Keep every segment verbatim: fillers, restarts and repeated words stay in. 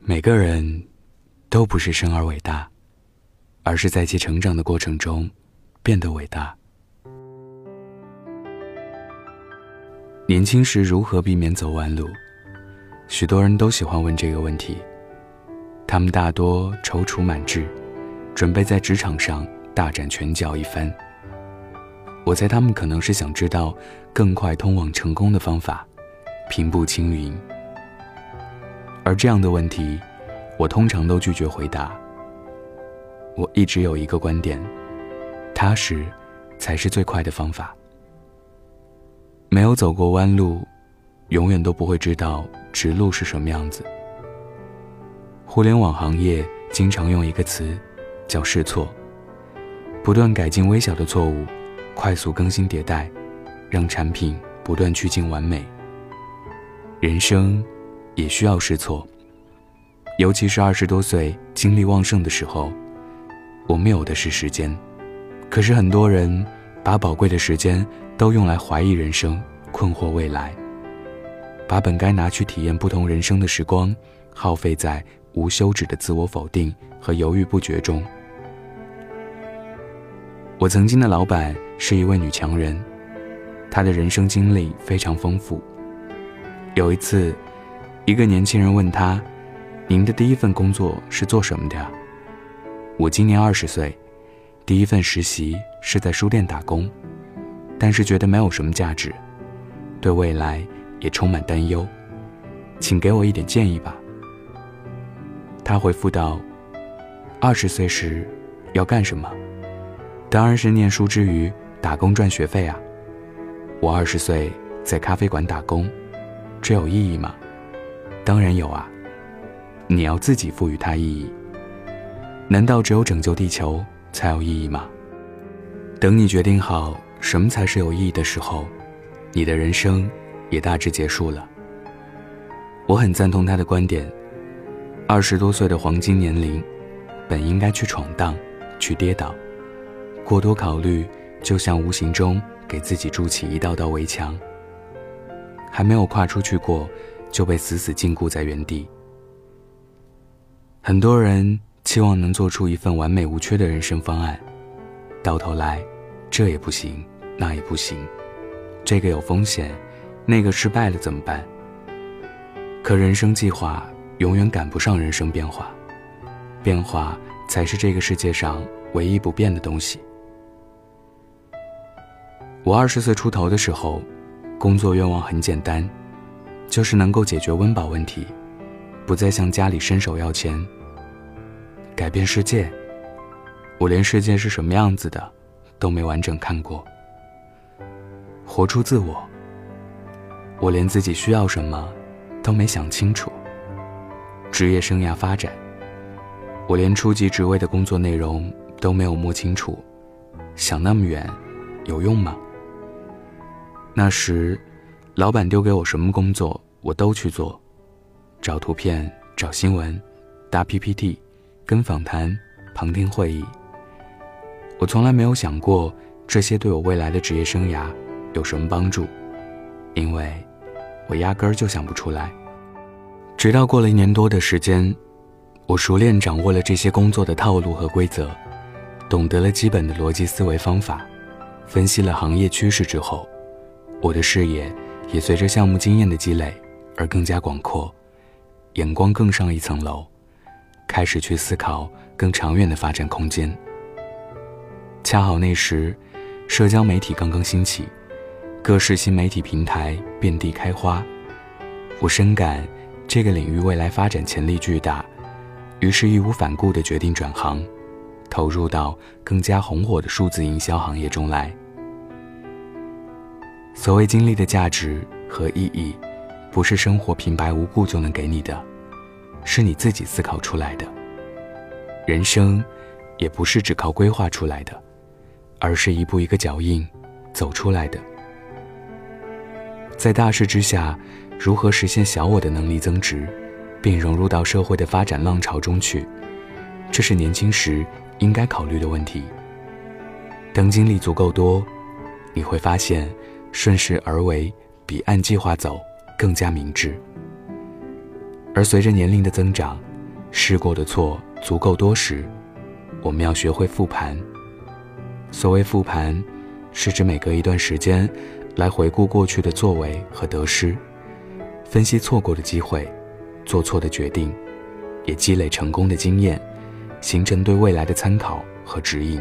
每个人都不是生而伟大，而是在其成长的过程中变得伟大。年轻时如何避免走弯路？许多人都喜欢问这个问题。他们大多踌躇满志，准备在职场上大展拳脚一番。我猜他们可能是想知道更快通往成功的方法，平步青云。而这样的问题，我通常都拒绝回答。我一直有一个观点，踏实才是最快的方法。没有走过弯路，永远都不会知道直路是什么样子。互联网行业经常用一个词叫试错，不断改进微小的错误，快速更新迭代，让产品不断趋近完美。人生也需要试错，尤其是二十多岁精力旺盛的时候，我们有的是时间。可是很多人把宝贵的时间都用来怀疑人生，困惑未来，把本该拿去体验不同人生的时光耗费在无休止的自我否定和犹豫不决中。我曾经的老板是一位女强人，她的人生经历非常丰富。有一次，一个年轻人问她：您的第一份工作是做什么的呀？我今年二十岁，第一份实习是在书店打工，但是觉得没有什么价值，对未来也充满担忧，请给我一点建议吧。他回复道：二十岁时要干什么？当然是念书之余打工赚学费啊。我二十岁在咖啡馆打工，这有意义吗？当然有啊，你要自己赋予它意义。难道只有拯救地球才有意义吗？等你决定好什么才是有意义的时候，你的人生也大致结束了。我很赞同他的观点，二十多岁的黄金年龄，本应该去闯荡，去跌倒，过多考虑就像无形中给自己筑起一道道围墙，还没有跨出去过，就被死死禁锢在原地。很多人期望能做出一份完美无缺的人生方案，到头来这也不行，那也不行，这个有风险，那个失败了怎么办？可人生计划永远赶不上人生变化，变化才是这个世界上唯一不变的东西。我二十岁出头的时候，工作愿望很简单，就是能够解决温饱问题，不再向家里伸手要钱。改变世界，我连世界是什么样子的都没完整看过。活出自我，我连自己需要什么都没想清楚。职业生涯发展，我连初级职位的工作内容都没有摸清楚，想那么远有用吗？那时老板丢给我什么工作我都去做，找图片，找新闻，搭 P P T， 跟访谈，旁听会议。我从来没有想过这些对我未来的职业生涯有什么帮助，因为我压根儿就想不出来。直到过了一年多的时间，我熟练掌握了这些工作的套路和规则，懂得了基本的逻辑思维方法，分析了行业趋势之后，我的视野也随着项目经验的积累而更加广阔，眼光更上一层楼，开始去思考更长远的发展空间。恰好那时社交媒体刚刚兴起，各式新媒体平台遍地开花，我深感这个领域未来发展潜力巨大，于是义无反顾地决定转行，投入到更加红火的数字营销行业中来。所谓经历的价值和意义，不是生活平白无故就能给你的，是你自己思考出来的。人生也不是只靠规划出来的，而是一步一个脚印走出来的。在大势之下，如何实现小我的能力增值，并融入到社会的发展浪潮中去，这是年轻时应该考虑的问题。等经历足够多，你会发现顺势而为比按计划走更加明智。而随着年龄的增长， 试过的错足够多时，我们要学会复盘。所谓复盘，是指每隔一段时间来回顾过去的作为和得失，分析错过的机会，做错的决定，也积累成功的经验，形成对未来的参考和指引。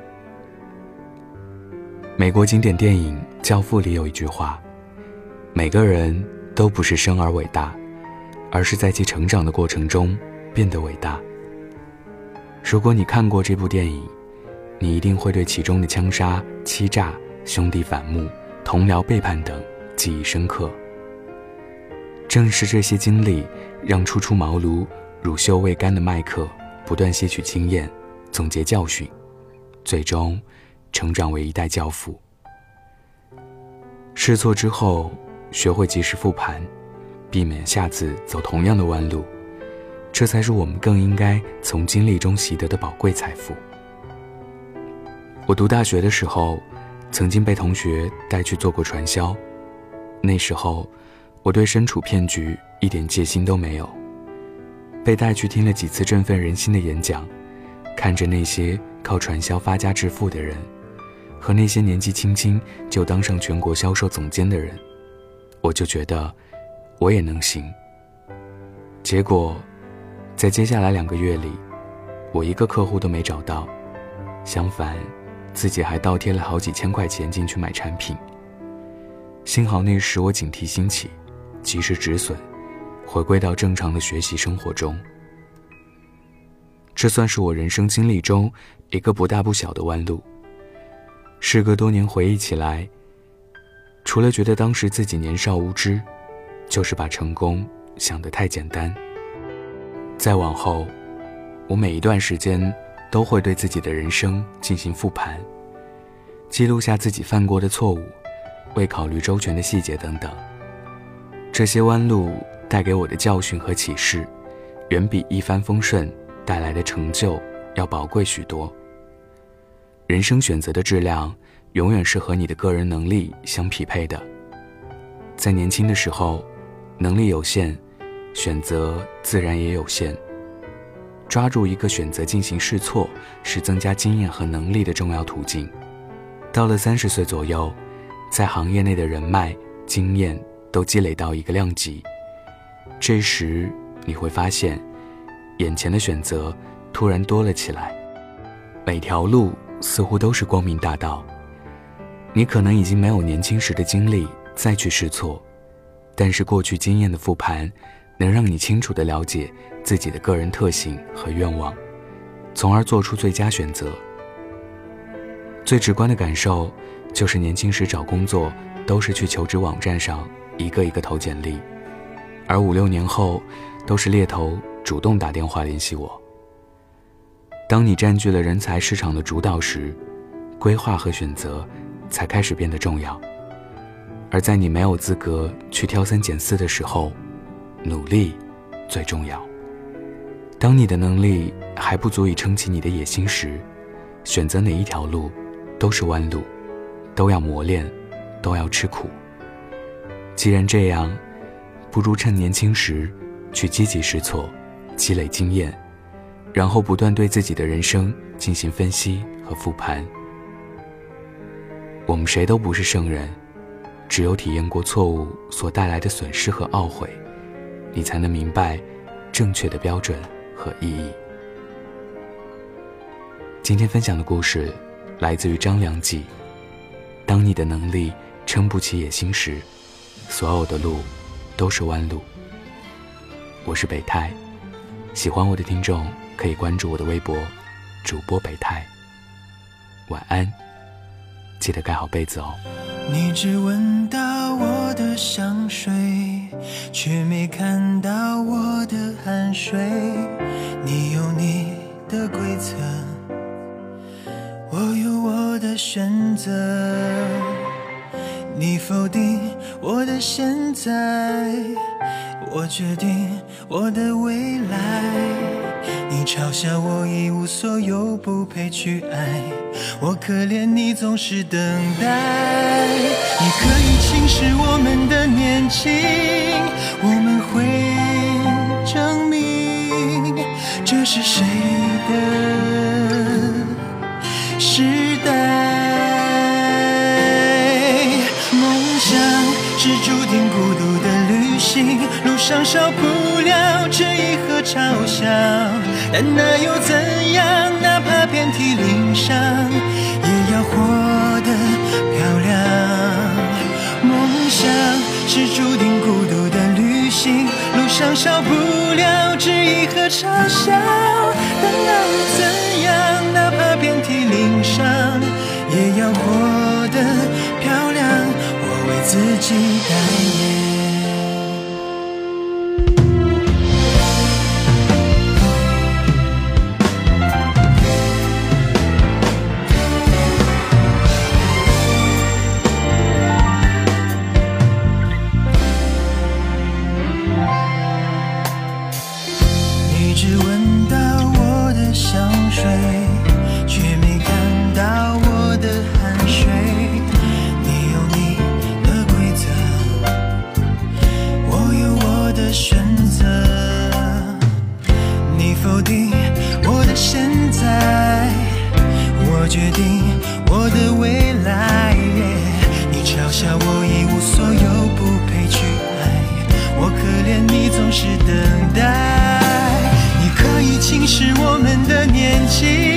美国经典电影《教父》里有一句话，每个人都不是生而伟大，而是在其成长的过程中变得伟大。如果你看过这部电影，你一定会对其中的枪杀、欺诈、兄弟反目、同僚背叛等记忆深刻。正是这些经历，让初出茅庐、乳臭未干的麦克不断吸取经验，总结教训，最终成长为一代教父。试错之后，学会及时复盘，避免下次走同样的弯路，这才是我们更应该从经历中习得的宝贵财富。我读大学的时候，曾经被同学带去做过传销，那时候我对身处骗局一点戒心都没有，被带去听了几次振奋人心的演讲，看着那些靠传销发家致富的人，和那些年纪轻轻就当上全国销售总监的人，我就觉得我也能行。结果在接下来两个月里，我一个客户都没找到，相反自己还倒贴了好几千块钱进去买产品。幸好那时我警惕心起，及时止损，回归到正常的学习生活中。这算是我人生经历中一个不大不小的弯路。时隔多年回忆起来，除了觉得当时自己年少无知，就是把成功想得太简单。再往后，我每一段时间都会对自己的人生进行复盘，记录下自己犯过的错误，未考虑周全的细节等等。这些弯路带给我的教训和启示，远比一帆风顺带来的成就要宝贵许多。人生选择的质量永远是和你的个人能力相匹配的。在年轻的时候，能力有限，选择自然也有限。抓住一个选择进行试错，是增加经验和能力的重要途径。到了三十岁左右，在行业内的人脉、经验都积累到一个量级，这时你会发现，眼前的选择突然多了起来，每条路似乎都是光明大道。你可能已经没有年轻时的精力再去试错，但是过去经验的复盘能让你清楚地了解自己的个人特性和愿望，从而做出最佳选择。最直观的感受就是年轻时找工作都是去求职网站上一个一个投简历，而五六年后都是猎头主动打电话联系我。当你占据了人才市场的主导时，规划和选择才开始变得重要。而在你没有资格去挑三拣四的时候，努力最重要。当你的能力还不足以撑起你的野心时，选择哪一条路都是弯路，都要磨练，都要吃苦。既然这样，不如趁年轻时去积极试错，积累经验，然后不断对自己的人生进行分析和复盘。我们谁都不是圣人，只有体验过错误所带来的损失和懊悔，你才能明白正确的标准和意义。今天分享的故事来自于张良记。当你的能力撑不起野心时，所有的路都是弯路。我是北太，喜欢我的听众可以关注我的微博主播北太。晚安，记得盖好被子哦。 你只闻到我的香水，却没看到我的汗水。你有你的规则，我有我的选择。你否定我的现在，我决定我的未来。你嘲笑我一无所有，不配去爱，我可怜你总是等待。你可以轻视我们的年轻，我们会证明这是谁的时代？梦想是注定孤独的旅行，路上少不了质疑和嘲笑，但那又怎样？哪怕遍体鳞伤，也要活得漂亮。梦想是注定孤独的旅行，路上少不了质疑和嘲笑，但那又怎样？哪怕遍体鳞伤，也要活得漂亮。我为自己代言。你只闻到我的香水，却没看到我的汗水。你有你的规则，我有我的选择。你否定我的现在，我决定我的未来。你嘲笑我一无所有，不配去爱，我可怜你总是等待。可以轻视我们的年纪，